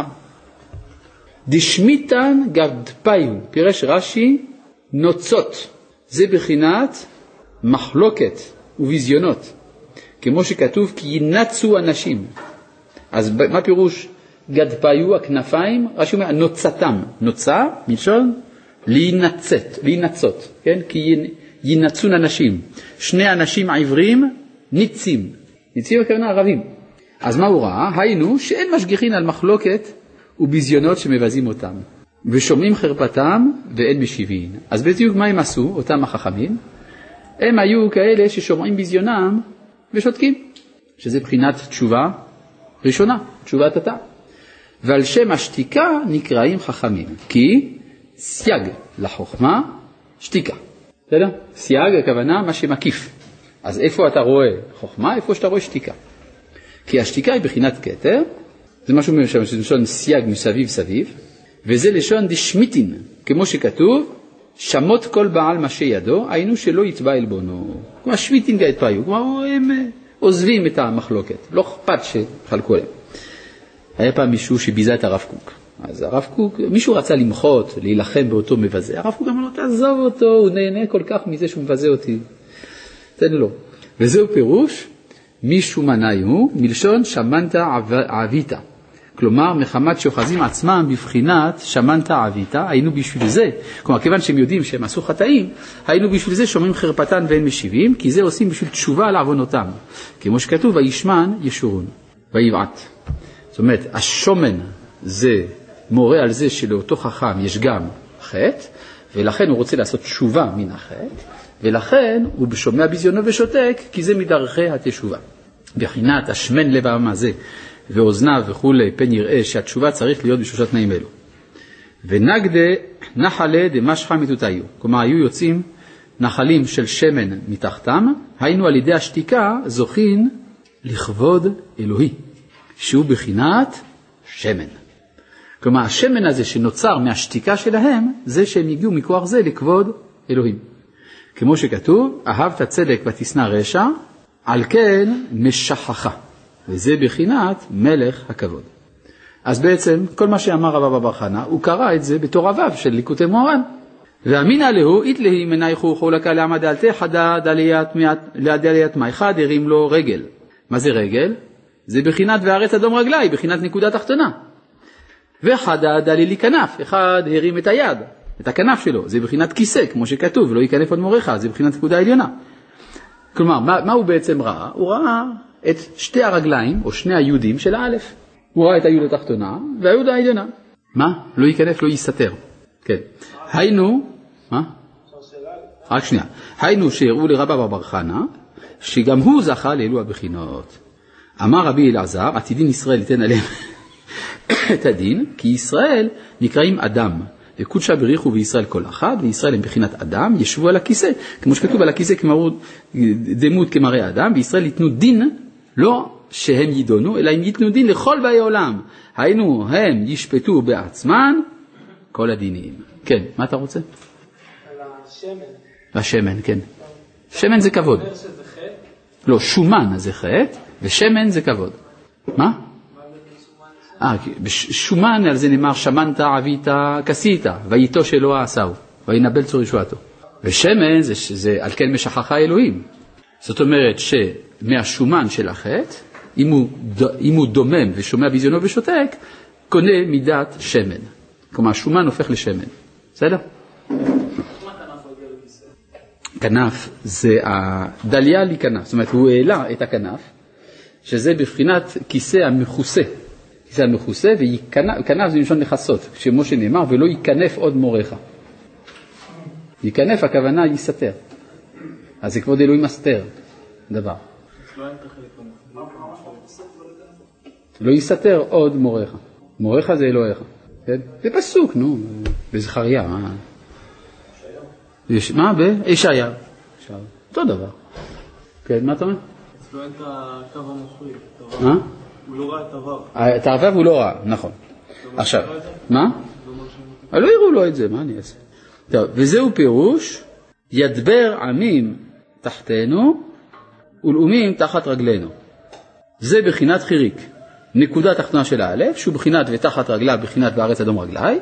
דשמיתן גדפייהו, פירש רש"י, נוצות. זה בחינת מחלוקת וויזיונות. כמו שכתוב, כי ינצו אנשים. אז מה פירוש גדפייהו, הכנפיים? רש"י אומר, נוצתם. נוצה, מלשון, להינצות. כן? כי ינצון אנשים. שני אנשים עברים ניצים. ניצים הכוונה ערבים. אז מה הוא ראה? היינו שאין משגיחין על מחלוקת וביזיונות שמבזים אותם. ושומעים חרפתם ואין משיבין. אז בדיוק מה הם עשו, אותם החכמים? הם היו כאלה ששומעים ביזיונם ושותקים. שזה בחינת תשובה ראשונה, תשובת התא. ועל שם השתיקה נקראים חכמים. כי סייג לחוכמה, שתיקה. בסדר? סייג הכוונה מה שמקיף. אז איפה אתה רואה חוכמה? איפה שאתה רואה שתיקה. כי השתיקה היא בחינת כתר, זה משהו לשון סייג מסביב סביב, וזה לשון דשמיתין, כמו שכתוב, שמות כל בעל מה שידו, היינו שלא יתבע אלבונו. כמו שמיתין גאיתפאיו, כמו הם עוזבים את המחלוקת, לא אכפת שחלקו להם. היה פעם מישהו שביזה את הרב קוק. אז הרב קוק, מישהו רצה למחות, להילחם באותו מבזה. הרב קוק אמר לו, תעזוב אותו, הוא נהנה כל כך מזה שהוא מבזה אותי. תן לו. וזהו פירוש, מישהו מנאי הוא, מלשון שמנת עביתה. כלומר, מחמת שאוחזים עצמם בבחינת שמנת עביתה, היינו בשביל זה. כלומר, כיוון שהם יודעים שהם עשו חטאים, היינו בשביל זה שומעים חרפתן ואין משיבים, כי זה עושים בשביל תשובה על עוונותם. כמו שכתוב, וישמן ישורון, ויבעט. זאת אומרת, השומן זה מורה על זה שלאותו חכם יש גם חטא, ולכן הוא רוצה לעשות תשובה מן החטא, ולכן הוא שומע ביזיונו ושותק, כי זה מדרכי התשובה. בחינת השמן לב העם הזה, ואוזניו וכו', פן יראה שהתשובה צריך להיות בשלושה תנאים אלו. ונגדה נחלה דמשחה מתותיו, כלומר היו יוצאים נחלים של שמן מתחתם, היינו על ידי השתיקה זוכין לכבוד אלוהי, שהוא בחינת שמן. כלומר השמן הזה שנוצר מהשתיקה שלהם, זה שהם הגיעו מכוח זה לכבוד אלוהים. כמו שכתוב, אהבת צדק ותשנא רשע, על כן משחך, וזה בחינת מלך הכבוד. אז בעצם כל מה שאמר רב אבא בר חנה, הוא קרא את זה בתור אביו של ליקוטי מוהר"ן. ואמינא להו איתלהי מנייחו חולקה לעמא דאלתא חדא דליית מי, אחד הרים לו רגל. מה זה רגל? זה בחינת וארץ אדום רגלי, בחינת נקודה תחתונה. וחדא דלילי כנף, אחד הרים את היד, את הכנף שלו, זה בחינת כיסא, כמו שכתוב, לא ייכנף עוד מורך, זה בחינת נקודה עליונה. כלומר, מה הוא בעצם ראה? הוא ראה את שתי הרגליים, או שני היהודים של האלף. הוא ראה את היהוד התחתונה והיהוד העליונה. מה? לא ייכנף, לא ייסתר. כן. היינו, מה? רק שנייה. היינו שהראו לרב אבא בר חנה, שגם הוא זכה לאלו הבחינות. אמר רבי אלעזר, עתידין ישראל ייתן עליהם את הדין, כי ישראל נקראים אדם. וקודשה בריחו בישראל כל אחד, וישראל הם בחינת אדם, ישבו על הכיסא. כמו שכתוב על הכיסא דמות כמראה אדם, וישראל ייתנו דין, לא שהם ידונו, אלא הם ייתנו דין לכל באי עולם. היינו, הם ישפטו בעצמן כל הדינים. כן, מה אתה רוצה? על השמן. השמן, כן. שמן זה כבוד. אומר שזה חטא? לא, שומן זה חטא, ושמן זה כבוד. מה? בשומן על זה נאמר שמנת עבית כסית ואיתו שלא עשהו וינבל צור ישועתו. ושמן זה על כן משכחה אלוהים. זאת אומרת שמהשומן של החטא, אם הוא דומם ושומע ביזיונו ושותק, קונה מידת שמן. כלומר השומן הופך לשמן. בסדר? כנף זה הדליה לי כנף. זאת אומרת הוא העלה את הכנף, שזה בבחינת כיסא המכוסה. כיסא המכוסה, וכנף זה משון לחסות, כשמשה נאמר, ולא ייכנף עוד מורך. ייכנף, הכוונה ייסתר. אז זה כבוד אלוהים מסתר, דבר. לא ייסתר עוד מורך. מורך זה אלוהיך. כן? זה פסוק, נו, בזכריה. מה? בישעיה. אותו דבר. כן, מה אתה אומר? לא אין את הקו המוחרי. מה? הוא לא ראה את הוו. את הוו הוא לא ראה, נכון. עכשיו, מה? לא יראו לו את זה, מה אני אעשה? טוב, וזהו פירוש, ידבר עמים תחתנו ולאומים תחת רגלינו. זה בחינת חיריק. נקודה תחתונה של האלף, שהוא בחינת ותחת רגלה, בחינת בארץ אדום רגלי.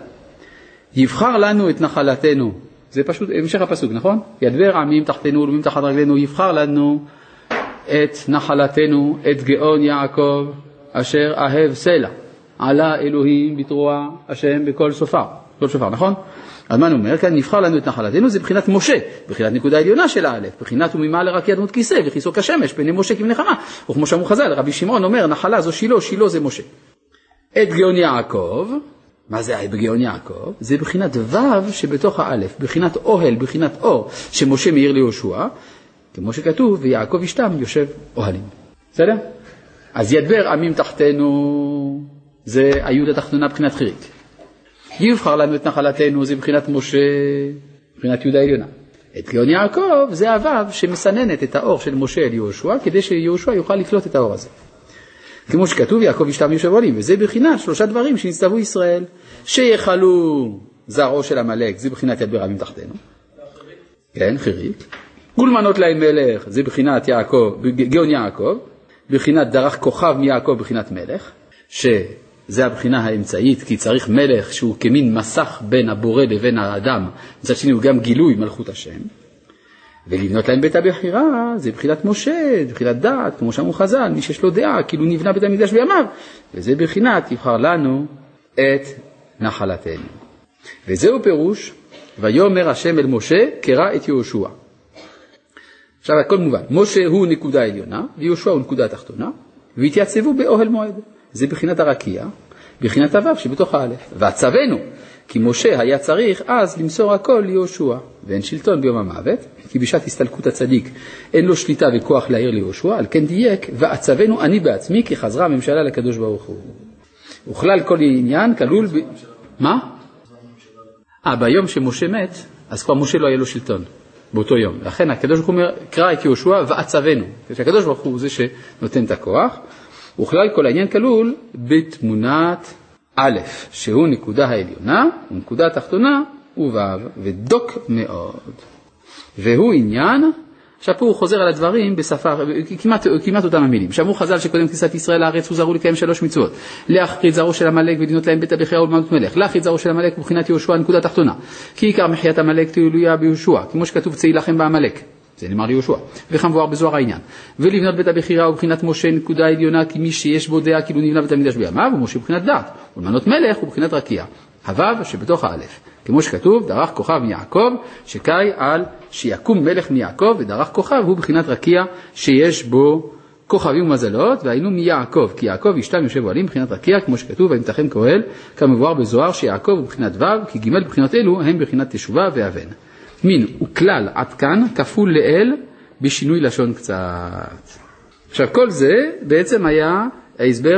יבחר לנו את נחלתנו. זה פשוט המשך הפסוק, נכון? ידבר עמים תחתנו ולאומים תחת רגלינו, יבחר לנו את נחלתנו, את גאון יעקב, אשר אהב סלע, עלה אלוהים בתרועה השם בכל שופר, כל שופר, נכון? אז מה נאמר? כאן נבחר לנו את נחלתנו, זה בחינת משה, בחינת נקודה עליונה של האלף, בחינת וממעלה רק ידמות כיסא וכיסו כשמש, פני משה כבנחמה, וכמו שאמרו חז"ל, רבי שמעון אומר, נחלה זו שילה, שילה זה משה. את גאון יעקב, מה זה בגאון יעקב? זה בחינת וו שבתוך האלף, בחינת אוהל, בחינת אור, שמשה מאיר ליהושע, כמו שכתוב, ויעקב ישתם יושב אוהלים. בסדר? אז ידבר עמים תחתנו, זה היהוד התחתונה בחינת חיריק. יבחר לנו את נחלתנו, זה בחינת משה, בחינת יהודה העליונה. את גאון יעקב זה הוו שמסננת את האור של משה אל יהושע, כדי שיהושע יוכל לקלוט את האור הזה. כמו שכתוב, יעקב ישתם יושב אוהלים, וזה בחינת שלושה דברים שנצטוו ישראל, שיחלו זרעו של עמלק, זה בחינת ידבר עמים תחתנו. כן, חיריק. ולמנות להם מלך, זה בחינת יעקב, גאון יעקב, בחינת דרך כוכב מיעקב, בחינת מלך, שזה הבחינה האמצעית, כי צריך מלך שהוא כמין מסך בין הבורא לבין האדם, מצד שני הוא גם גילוי מלכות השם, ולבנות להם בית הבחירה, זה בחינת משה, בחינת דעת, כמו שאמרו חז"ל, מי שיש לו דעה, כאילו נבנה בית המקדש בימיו, וזה בחינת יבחר לנו את נחלתנו. וזהו פירוש, ויאמר השם אל משה, קרא את יהושע. עכשיו הכל מובן, משה הוא נקודה עליונה, ויהושע הוא נקודה תחתונה, והתייצבו באוהל מועד. זה בחינת הרקיע, בחינת הוו שבתוך האלף. והצווינו, כי משה היה צריך אז למסור הכל ליהושע, ואין שלטון ביום המוות, כי בשעת הסתלקות הצדיק אין לו שליטה וכוח להעיר ליהושע, על כן דייק, ועצבנו אני בעצמי כי חזרה הממשלה לקדוש ברוך הוא. וכלל כל עניין כלול מה? ביום שמשה מת, אז כבר משה לא היה לו שלטון, באותו יום. לכן הקדוש ברוך הוא אומר, קרא את יהושע ועצבנו. כשהקדוש ברוך הוא זה שנותן את הכוח. וכלל כל העניין כלול בתמונת א', שהוא נקודה העליונה, ונקודה התחתונה הוא ו', ודוק מאוד. והוא עניין, עכשיו פה הוא חוזר על הדברים בשפה, כמעט אותם המילים. שאמרו חז"ל שקודם כניסת ישראל לארץ הוא זרו לקיים 3 מצוות. להכרית זרעו של עמלק ולבנות להם בית הבכירה ולמנות מלך. להכרית זרעו של עמלק מבחינת יהושע נקודה תחתונה. כי עיקר מחיית עמלק תלויה ביהושע, כמו שכתוב צאי לכם בעמלק. זה נאמר ליהושע. וכמבואר בזוהר העניין. ולבנות בית הבכירה ובחינת משה נקודה עליונה, כי מי שיש בו דעה כאילו נבנה בית המקדש בימיו, ומשה בחינת דעת. ולמנות מלך ובחינת רקיע. הוו שבתוך האלף. כמו שכתוב, דרך כוכב מיעקב, שקאי על שיקום מלך מיעקב, ודרך כוכב הוא בחינת רקיע שיש בו כוכבים ומזלות, והיינו מיעקב, כי יעקב ישתם יושב אוהלים בחינת רקיע, כמו שכתוב, וימתחם כהל, כמבואר בזוהר שיעקב הוא בחינת ו', כי ג' בחינות אלו הם בחינת תשובה ואבן. מין וכלל עד כאן כפול לאל בשינוי לשון קצת. עכשיו כל זה בעצם היה ההסבר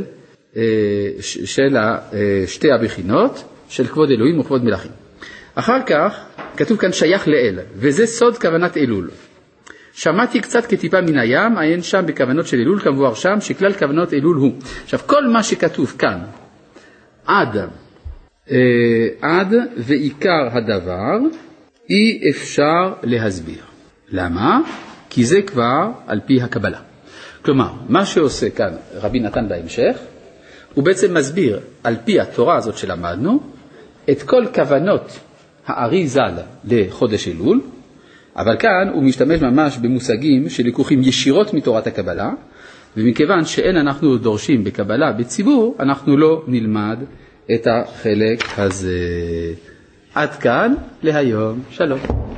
של שתי הבחינות, של כבוד אלוהים וכבוד מלכים. אחר כך כתוב כאן שייך לאל, וזה סוד כוונת אלול. שמעתי קצת כטיפה מן הים, עיין שם בכוונות של אלול, כמבואר שם, שכלל כוונות אלול הוא. עכשיו כל מה שכתוב כאן, עד ועיקר הדבר, אי אפשר להסביר. למה? כי זה כבר על פי הקבלה. כלומר, מה שעושה כאן רבי נתן בהמשך, הוא בעצם מסביר על פי התורה הזאת שלמדנו, את כל כוונות הארי ז"ל לחודש אלול, אבל כאן הוא משתמש ממש במושגים שלקוחים ישירות מתורת הקבלה, ומכיוון שאין אנחנו דורשים בקבלה בציבור, אנחנו לא נלמד את החלק הזה. עד כאן להיום, שלום.